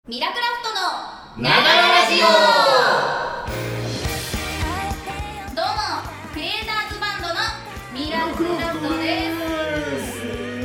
ミラクラフトのながらラジオ。 どうもクリエイターズバンドのミラクラフトです。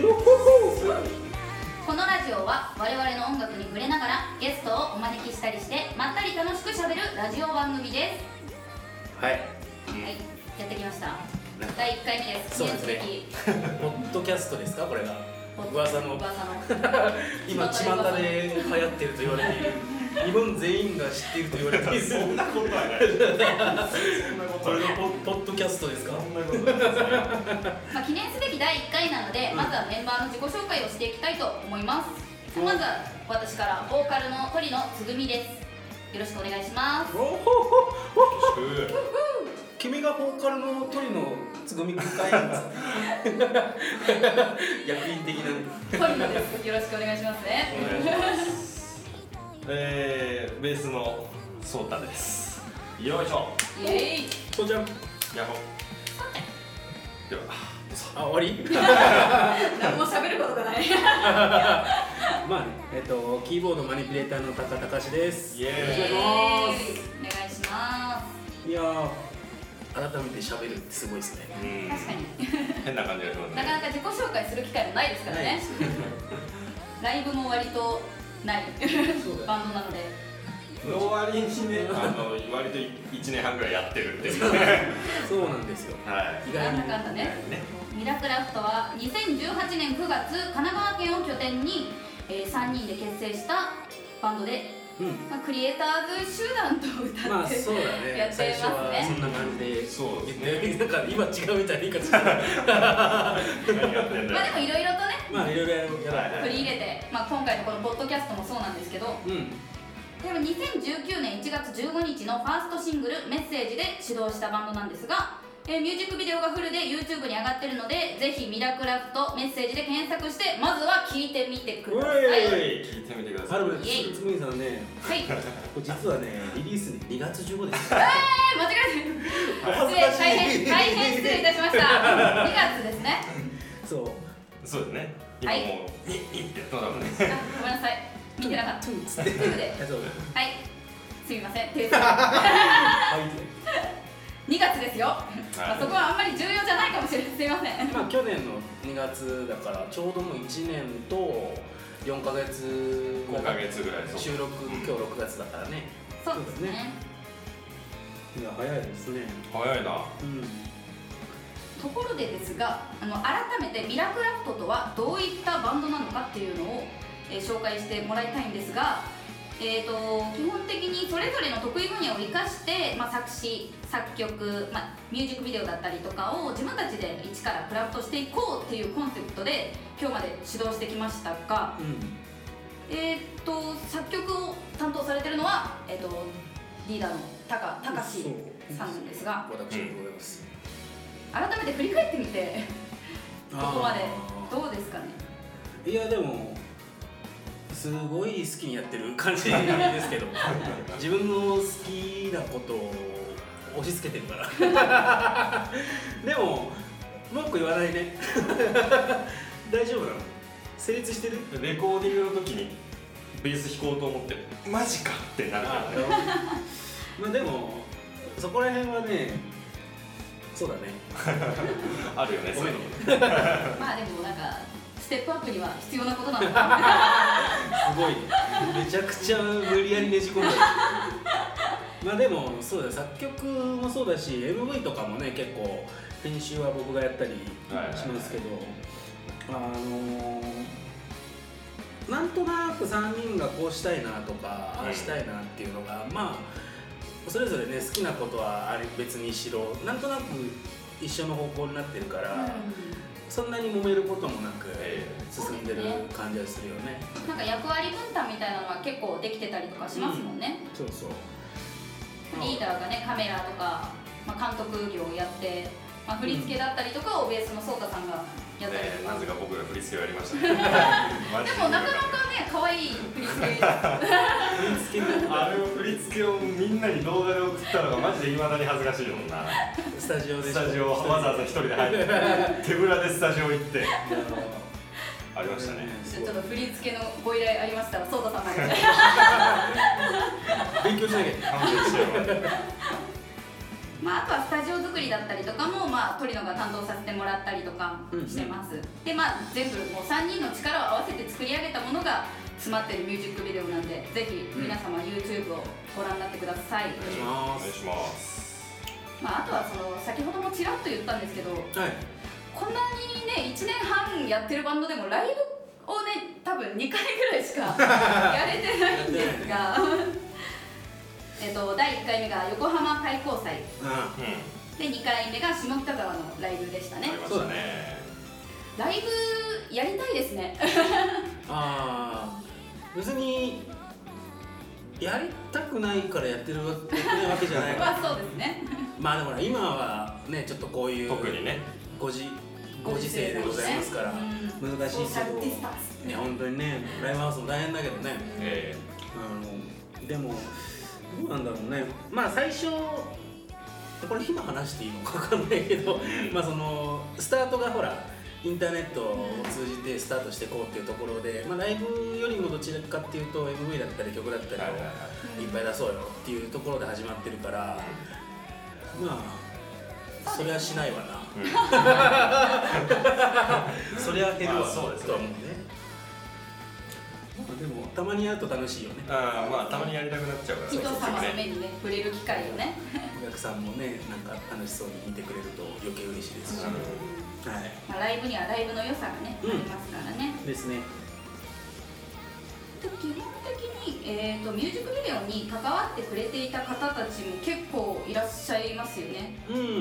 このラジオは我々の音楽に触れながらゲストをお招きしたりしてまったり楽しくしゃべるラジオ番組です。 はい、 はい、やってきました。第1回目です。 そうですね。ポッドキャストですか、これが噂の今巷で流行ってると言われている、日本全員が知っていると言われているそんなことはないこれのポッドキャストですか。 そんなことないですね。 記念すべき第1回なので、まずはメンバーの自己紹介をしていきたいと思います。まずは私からボーカルの鳥野つぐみです。よろしくお願いします。 君がボーカルの鳥野つぐみくんかい役員的な鳥野です。よろしくお願いしますね。 お願いします。ベースのソータです。よいしょ。 イエーイ。 そうじゃん。 やほ。では、 あ、終わり何も喋ることがないまあね、キーボードマニピュレーターの高隆です。 イエーイ。 お願いします。 いやー、改めて喋るってすごいですね。 確かに変な感じがしますね。 なかなか自己紹介する機会もないですからね。ライブも割とないバンドなので。 の割にね、割と1年半ぐらいやってるっていうね。 そうなんですよ。 はい。 意外になんだかんだね。ミラクラフトは2018年9月、神奈川県を拠点に、3人で結成したバンドで、クリエイターズ集団と歌って、 まあそうだね。 やってますね。 最初はそんな感じで。 そうですね。 なんか今違うみたいな言い方してる。 まあでもいろいろとね、 まあいろいろやら取り入れて、今回のこのポッドキャストもそうなんですけど、でも2019年1月15日のファーストシングル「メッセージ」で始動したバンドなんですが、ミュージックビデオがフルで YouTube に上がってるので、ぜひミラクラフトメッセージで検索してまずは聴いてみてください。 聞いてみてください。 あるつむぎさんね、 はい。 実はね、リリースに2月15です。 間違えて大変失礼いたしました。2月ですね。 そうですね。今もうにってそうだもんね。 ごめんなさい。見てなかった。 トゥーつって。 はい。すみません。訂正。2月ですよ。そこはあんまり重要じゃないかもしれない。すみません。 去年の2月だからちょうどもう1年と4ヶ月 5ヶ月ぐらい。 収録今日6月だからね。 そうですね。 いや早いですね。 早いな。 ところでですが、改めてミラクラフトとはどういったバンドなのかっていうのを、紹介してもらいたいんですが、基本的にそれぞれの得意分野を生かして、作詞作曲、ミュージックビデオだったりとかを自分たちで一からクラフトしていこうっていうコンセプトで今日まで指導してきましたが、作曲を担当されてるのは、リーダーの高隆さんなんですが、 私でございます。 改めて振り返ってみてここまでどうですかね。 いやでもすごい好きにやってる感じですけど自分の好きなことを押し付けてるからでも文句言わないね大丈夫なの？成立してる？ レコーディングの時にベース弾こうと思ってマジかってなるからね。 でもそこら辺はね、そうだねあるよね。 ごめんでもなんかステップアップには必要なことなのかすごいめちゃくちゃ無理やりねじ込んでるでもそうだ、作曲もそうだし MV とかもね結構編集は僕がやったりしますけど、なんとなく3人がこうしたいなとかしたいなっていうのがそれぞれね好きなことは別にしろなんとなく一緒の方向になってるから、そんなに揉めることもなく進んでる感じはするよね。 なんか役割分担みたいなのは結構できてたりとかしますもんね。 そうそう。 リーダーがねカメラとか、監督業をやって、振り付けだったりとかをベースのソータさんがやったりとか。 なぜか僕が振り付けをやりましたね。 でもなかなかね可愛い振り付け。 あれを振り付けをみんなに動画で送ったのがマジで未だに恥ずかしいもんな。 スタジオわざわざ一人で入って手ぶらでスタジオ行ってありましたね。 ちょっと振り付けのご依頼ありましたらソータさんまで勉強しなきゃ。 勘弁してよ。 まあ、あとはスタジオ作りだったりとかも、まあ、トリノが担当させてもらったりとかしてます、で、まあ、全部もう3人の力を合わせて作り上げたものが詰まってるミュージックビデオなんで、ぜひ皆様 YouTube をご覧になってください。 お願いします。 まあ、あとは先ほどもちらっと言ったんですけど、 はい、 こんなにね1年半やってるバンドでもライブをね多分2回ぐらいしかやれてないんですが第1回目が横浜開港祭、で2回目が下北沢のライブでしたね。 そうだね。 ライブやりたいですね。 ああ、別にやりたくないからやってるわけじゃないまあそうですね。 まあでも今はねちょっとこういう特にねご時世でございますから難しいけど、ね、本当にねライブハウスも大変だけどね、でもどうなんだろうね。まあ最初これ今話していいのか分かんないけどまあスタートがほらインターネットを通じてスタートしていこうっていうところで、まあ、ライブよりもどちらかっていうと MV だったり曲だったりをいっぱい出そうよっていうところで始まってるから、まあそれはしないわな、それは減るわとは思うね。でもたまにやると楽しいよね。 まあたまにやりたくなっちゃうから、 人様の目にね触れる機会をねお客さんもねなんか楽しそうに見てくれると余計嬉しいですし、はい、 まあ、ライブにはライブの良さがね、ありますからね。 ですね。 で基本的に、ミュージックビデオに関わってくれていた方たちも結構いらっしゃいますよね。 そうね。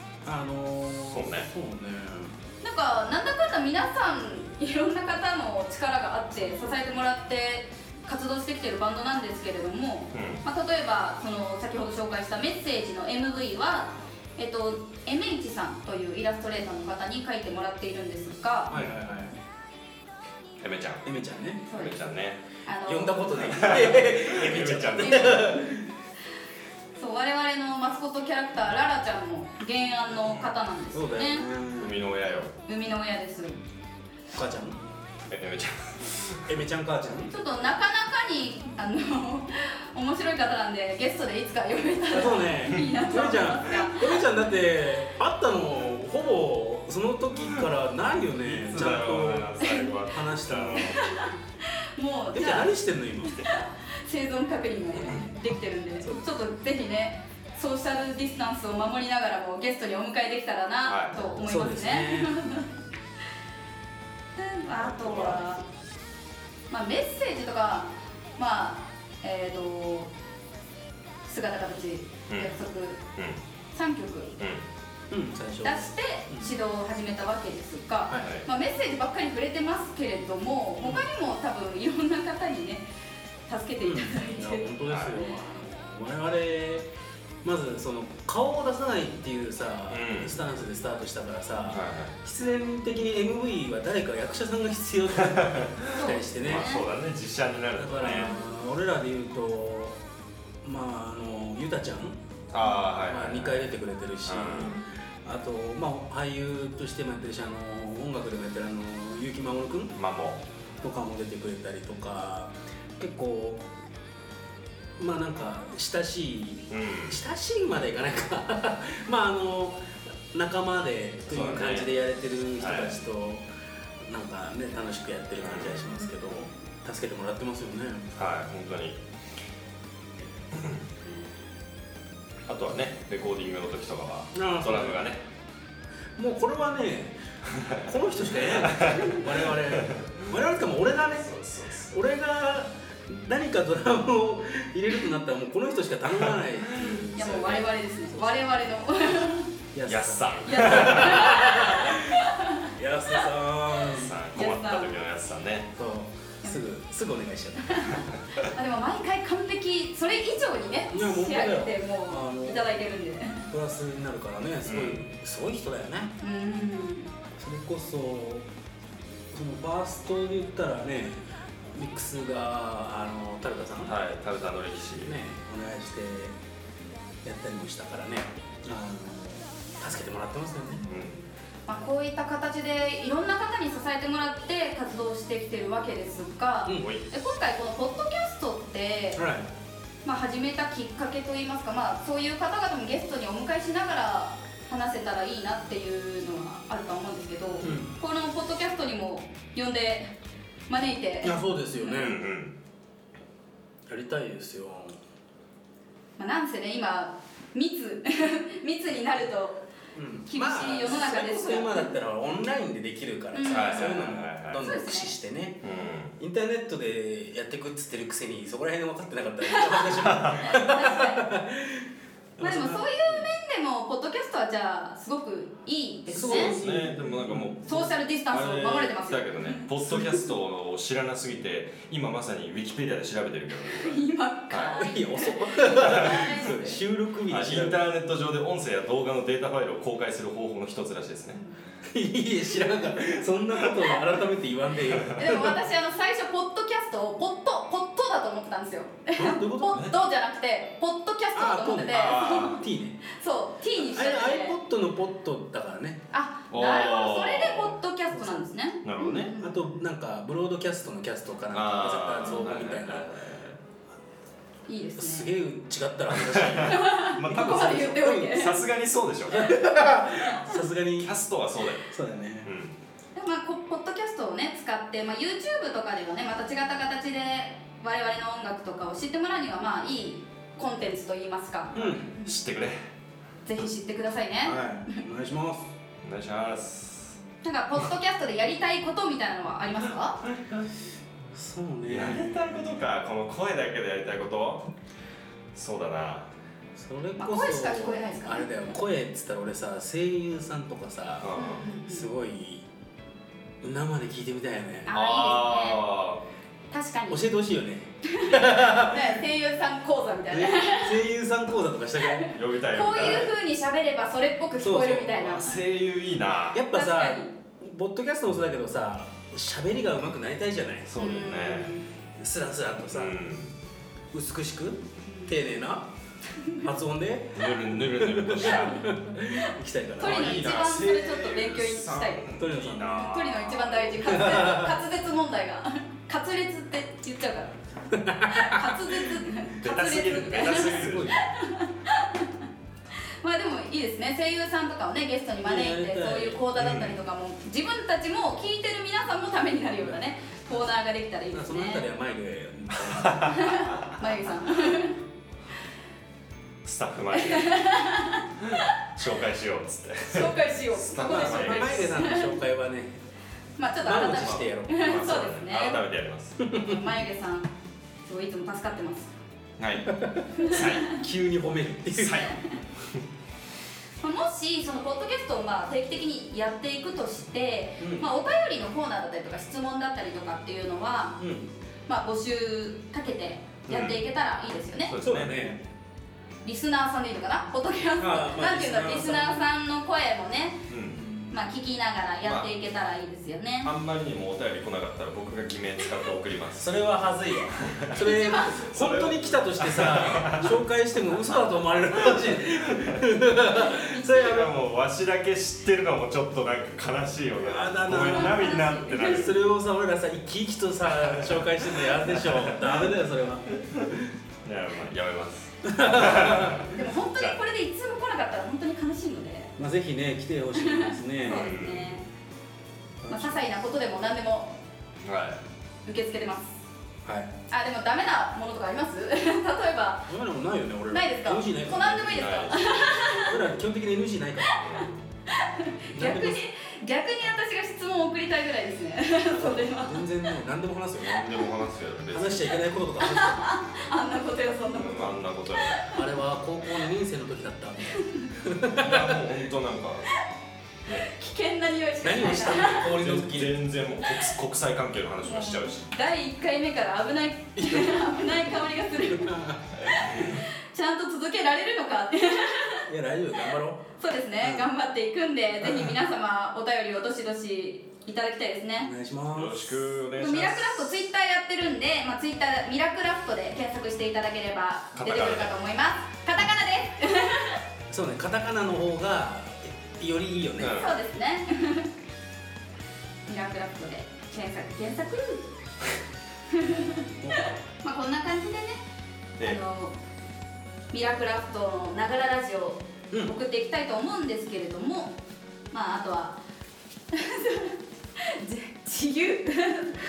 なんかなんだかんだ皆さんいろんな方の力があって支えてもらって活動してきてるバンドなんですけれども、まあ、例えば先ほど紹介したメッセージの MV はMH さんというイラストレーターの方に描いてもらっているんですが、 エメちゃんね。 エメちゃんね。 呼んだことない。エメちゃんね。 そう、我々のマスコットキャラクターララちゃんも原案の方なんですよね。 生みの親よ。 生みの親です。 母ちゃん？ エメちゃん。 エメちゃん母ちゃん？ ちょっとなかなかに面白い方なんでゲストでいつか呼べたらいいなと思いますが。 エメちゃんだって会ったのほぼその時からないよね。ちゃんと話したの。 もうじゃあ何してんの今？ 生存確認ができてるんで、ちょっとぜひねソーシャルディスタンスを守りながらもゲストにお迎えできたらなと思いますね。あとは、まあ、メッセージとか、まあ姿形約束、3曲出して指導を始めたわけですが、まあ、メッセージばっかり触れてますけれども、他にも多分いろんな方にね助けていただいて、 本当ですよ。我々まず顔を出さないっていうさ、スタンスでスタートしたからさ、必然的に MV は誰か役者さんが必要だったりしてね。 そうだね、実写になるとね。 だから俺らで言うとまあゆたちゃん2回出てくれてるし、あとまあ俳優としてもやってるし音楽でもやってる結城守君とかも出てくれたりとか、結構まあなんか親しいまでいかないかまあ仲間でという感じでやれてる人たちとなんかね楽しくやってる感じはしますけど、助けてもらってますよね。 はい、本当に。あとはね、レコーディングの時とかはドラムがね、 もうこれはねこの人しかいない我々っても俺がね、俺が何かドラムを入れるとなったらもうこの人しか頼まない。 いやもう我々ですね。我々のやすさん。 やすさん。 困った時のやすさんね。 すぐお願いしちゃう。 でも毎回完璧、それ以上にね仕上げてもういただいてるんでプラスになるからね、すごい人だよね。それこそファーストで言ったらね、ミックスがタルタさん、 タルタの歴史ねお願いしてやったりもしたからね、助けてもらってますよね。 まあこういった形でいろんな方に支えてもらって活動してきてるわけですが、今回このポッドキャストって、 始めたきっかけといいますか、そういう方々もゲストにお迎えしながら話せたらいいなっていうのはあるとは思うんですけど、このポッドキャストにも呼んで招いて、 いやそうですよね、やりたいですよ。 なんせね今密になると厳しい世の中ですそれこそ今だったらオンラインでできるからさ、そういうのもどんどん駆使してね、インターネットでやっていくっつってるくせにそこら辺で分かってなかったらめっちゃ恥ずかしい。 でもそういう面でもポッドキャストはじゃあすごくいいですね。 そうですね。でもなんかもうソーシャルディスタンスを守れてますよ。 だけどね、ポッドキャストを知らなすぎて今まさにウィキペディアで調べてるけど、 今かいや遅い収録日にインターネット上で音声や動画のデータファイルを公開する方法の一つらしいですね。 いや知らなかった。そんなことを改めて言わんでいいよ。 でも私最初ポッドキャストをポッドだと思ってたんですよ。 どういうことポッドじゃなくてポッドキャストだと思ってて、 T ね。 そう T にしちゃって。 iPod のポッドだからね。 あ、なるほど。それでポッドキャストなんですね。 なるほどね。 あとなんかブロードキャストのキャストかなんか造語みたいな。 いいですね。 すげえ違ったら恥ずかしい。 まあ多分ここまで言っておいて。 さすがにそうでしょ。 さすがにキャストはそうだよ。 そうだね。 でもポッドキャストをね使って、YouTube とかではねまた違った形で我々の音楽とかを知ってもらうにはいいコンテンツといいますか。 知ってくれ。 ぜひ知ってくださいね。 はい、お願いします。 お願いします。 なんかポッドキャストでやりたいことみたいなのはありますか？ そうね。 やりたいことか、この声だけでやりたいこと。そうだな。 それこそ、 声しか聞こえないですか？ あれだよ。声っつったら俺さ、声優さんとかさ、すごい生で聞いてみたいよね。 あ、いいですね。確かに。 教えてほしいよね。 声優さん講座みたいな。 声優さん講座とかしたくない？ 呼びたい。 こういう風に喋ればそれっぽく聞こえるみたいな。 声優いいな。 やっぱさ、ポッドキャストもそうだけどさ、喋りが上手くなりたいじゃない。 そうだよね。 スラスラとさ、美しく丁寧な発音でぬるとした行きたいから。 トリの一番それちょっと勉強したい。 トリノさん。 トリの一番大事。滑舌問題が。滑舌って言っちゃうから。滑舌みたいな。でもいいですね。声優さんとかをねゲストに招いてそういう講座だったりとかも自分たちも聞いてる皆さんもためになるようなねコーナーができたらいいですね。 そのあたりは眉毛さんスタッフ前で紹介しようっつって紹介しよう。 スタッフ前で眉毛さんの紹介はねちょっと改めてしてやろう。 そうですね。 改めてやります。 眉毛さんすごいいつも助かってます。 はい。 急に褒めるっていう。 もしそのポッドキャストを定期的にやっていくとして、お便りのコーナーだったりとか質問だったりとかっていうのは、募集かけてやっていけたらいいですよね。 そうだね。 リスナーさんでいいのかな、ポッドキャストなんていうんだ、リスナーさんの声もね聞きながらやっていけたらいいですよね。 あんまりにもお便り来なかったら僕が偽名使って送ります。 それははずいわ。それ本当に来たとしてさ紹介しても嘘だと思われるかもしれない。 それがもうわしだけ知ってるのもちょっとなんか悲しいよね。ごめんなみんなってなる。 それをさ俺らさ生き生きとさ紹介してるのやるでしょ。ダメだよそれは。 いややめます。 でも本当にこれでいつも来なかったら本当に悲しいので。 ぜひね来てほしいですね。 そうですね。些細なことでも何でも受け付けてます。 はい。 あ、でもダメなものとかあります？例えば。 ダメなものないよね俺ら。 ないですか？ NG ないか。 何でもいいですか？ 俺ら基本的に NG ないから。 逆に私が質問を送りたいぐらいですね。それは。 全然ね何でも話すよね。 何でも話すよね。 話しちゃいけないこととか話すよ。 あんなことよそんなこと。 あんなことよ。 あれは高校2年生の時だったみたいな。 いやもう本当なんか危険な匂いしかしない。 何をしたの？氷の時全然もう国際関係の話もしちゃうし。 第1回目から危ない香りがする。ちゃんと続けられるのかって。 いや大丈夫頑張ろう。 そうですね、頑張っていくんで、ぜひ皆様お便りをどしどしいただきたいですね。 お願いします。 よろしくお願いします。 ミラクラフトツイッターやってるんで、ツイッターミラクラフトで検索していただければ出てくるかと思います。カタカナです。 そうね、カタカナの方がよりいいよね。 そうですね。ミラクラフトで検索。こんな感じでね、 ミラクラフトのながらラジオを送っていきたいと思うんですけれども、まああとは自由メ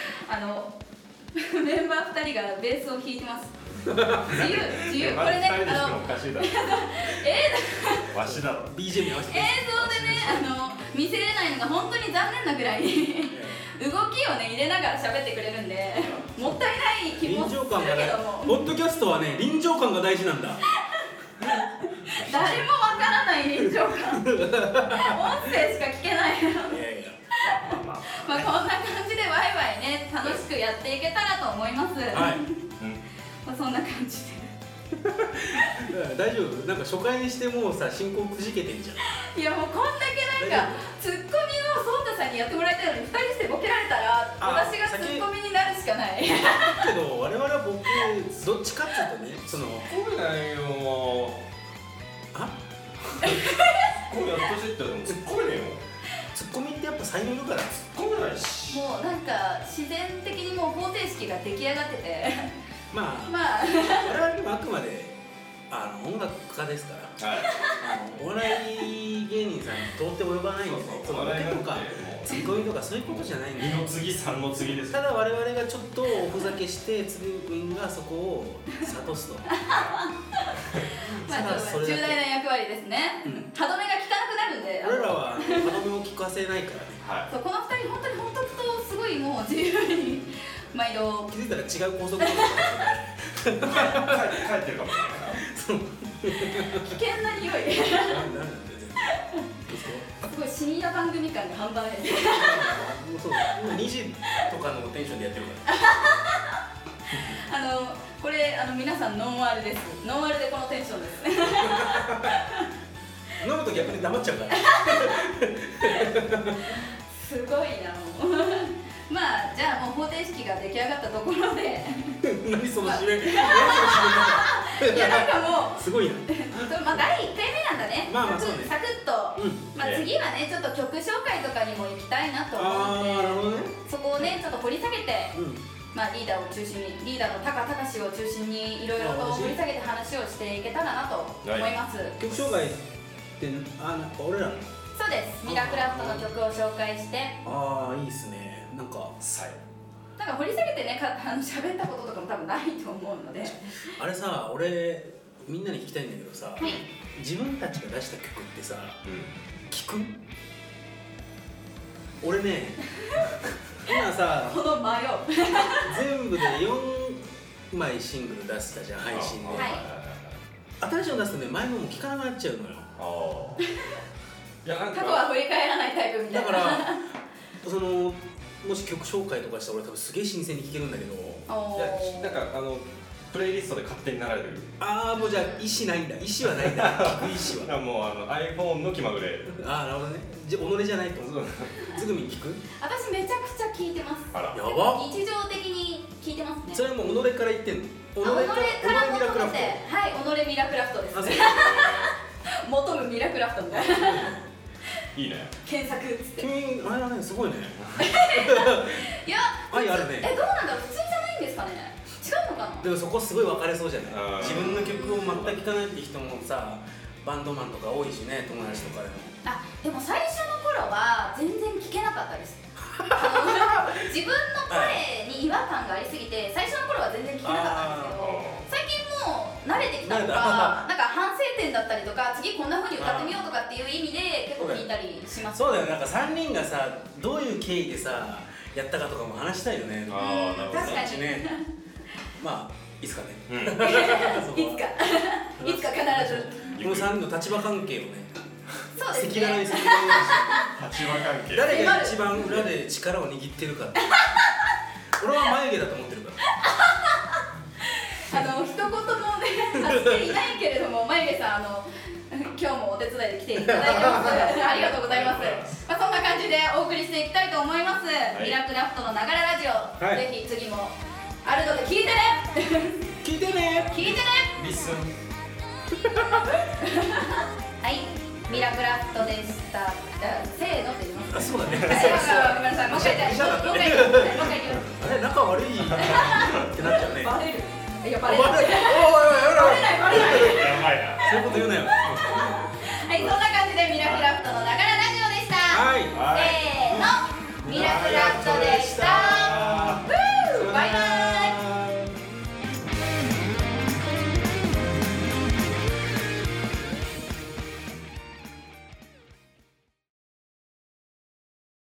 ンバー2人がベースを弾いてます。自由これねおかしいだろわしだろ BGM に合わせて映像でね見せれないのが本当に残念なぐらい動きをね入れながら喋ってくれるんでもったいない気もするけども、 ポッドキャストはね臨場感が大事なんだ。 誰もわからない臨場感音声しか聞けないまあこんな感じでワイワイね楽しくやっていけたらと思います。はい、まあそんな感じで大丈夫？なんか初回にしてもうさ進行くじけてんじゃん。 いやもうこんだけなんかツッコミをソンタさんにやってもらいたいのに2人してボケられたら私がツッコミになるしかない。 けど我々はボケどっちかっていうとねそのツッコミないよあ？ ツッコミやってほしいってでもツッコミねえよ。 ツッコミってやっぱ才能いるからツッコミないし。 もうなんか自然的にもう方程式が出来上がっててまあ我々もあくまで音楽家ですから、はい、お笑い芸人さんに到底及ばないんですね。そのボケとかツッコミとかそういうことじゃないんです。 2の次3の次です。 ただ我々がちょっとおふざけしてつぐみんがそこを諭すとまあ重大な役割ですね、歯止めが効かなくなるんで俺らは歯止めを効かせないからね、はい、 そうこの2人本当とすごいもう自由に毎度気づいたら違う高速道路帰ってるかもしれない危険な匂いすごい深夜番組感が半端ないそう今2時とかのテンションでやってるからこれ皆さんノンアルです。ノンアルでこのテンションです飲むと逆に黙っちゃうからすごいなもうまあじゃあもう方程式が出来上がったところで何その締めいやなんかもうすごいなまあ第1回目なんだね。 まあそうねサクッと、まあ次はねちょっと曲紹介とかにも行きたいなと思うので、そこをねちょっと掘り下げて、まあリーダーを中心にリーダーの高隆を中心にいろいろと掘り下げて話をしていけたらなと思います。 曲紹介って俺らのそうです。ミラクラフトの曲を紹介して、 ああいいっすね。なんかなんか掘り下げてね喋ったこととかも多分ないと思うのであれさ俺みんなに聞きたいんだけどさ、自分たちが出した曲ってさ、聞く？俺ね今さこの迷う全部で4枚シングル出したじゃん配信で、新しいの出すとね前のも聞かなくなっちゃうのよ。 いやなんか過去は振り返らないタイプみたいな。 だからもし曲紹介とかしたら俺多分すげえ新鮮に聴けるんだけど、いやなんかプレイリストで勝手に流れてる。 ああもうじゃあ意思ないんだ。意思はないんだ。聴く意思はもうiPhone の気まぐれ。 ああなるほどね。己じゃないと。ずぐみん聞く？ 私めちゃくちゃ聴いてます。 やば。 日常的に聴いてますね。 それも己から言ってんの？ 己から求めて、はい、己ミラクラフトです。求むミラクラフトみたいな。 いいね。 検索っつって。 君あれだねすごいね。 いや愛あるね。 どうなんだろう普通じゃないんですかね。違うのかな。 でもそこすごい分かれそうじゃない。自分の曲を全く聴かないって人もさバンドマンとか多いしね友達とかでも。 でも最初の頃は全然聴けなかったです。自分の声に違和感がありすぎて最初の頃は全然聴けなかったんですけど最近もう慣れてきたとかなんか反省点だったりとか次こんな風に歌ってみようとかっていう意味で結構聴いたりします。 そうだよなんか3人がさどういう経緯でさやったかとかも話したいよね。 確かにね。まあいつかね。 いつか必ず。 この3人の立場関係をね。 そうですね。 赤裸々に立場関係。 誰が一番裏で力を握ってるか。俺は眉毛だと思ってるから。 一言もねしていないけれども眉毛さん今日もお手伝いで来ていただいてます。ありがとうございます。そんな感じでお送りしていきたいと思います。ミラクラフトのながらラジオ、ぜひ次もあるので聞いてね。 聞いてね。 聞いてね。 リスン。 はい。ミラクラフトでした。せーのって言います。 そうだね。 ごめんなさい。もう一回言います。あれ仲悪いってなっちゃうね。 バレる。いやバレる。 おいそういうこと言うなよ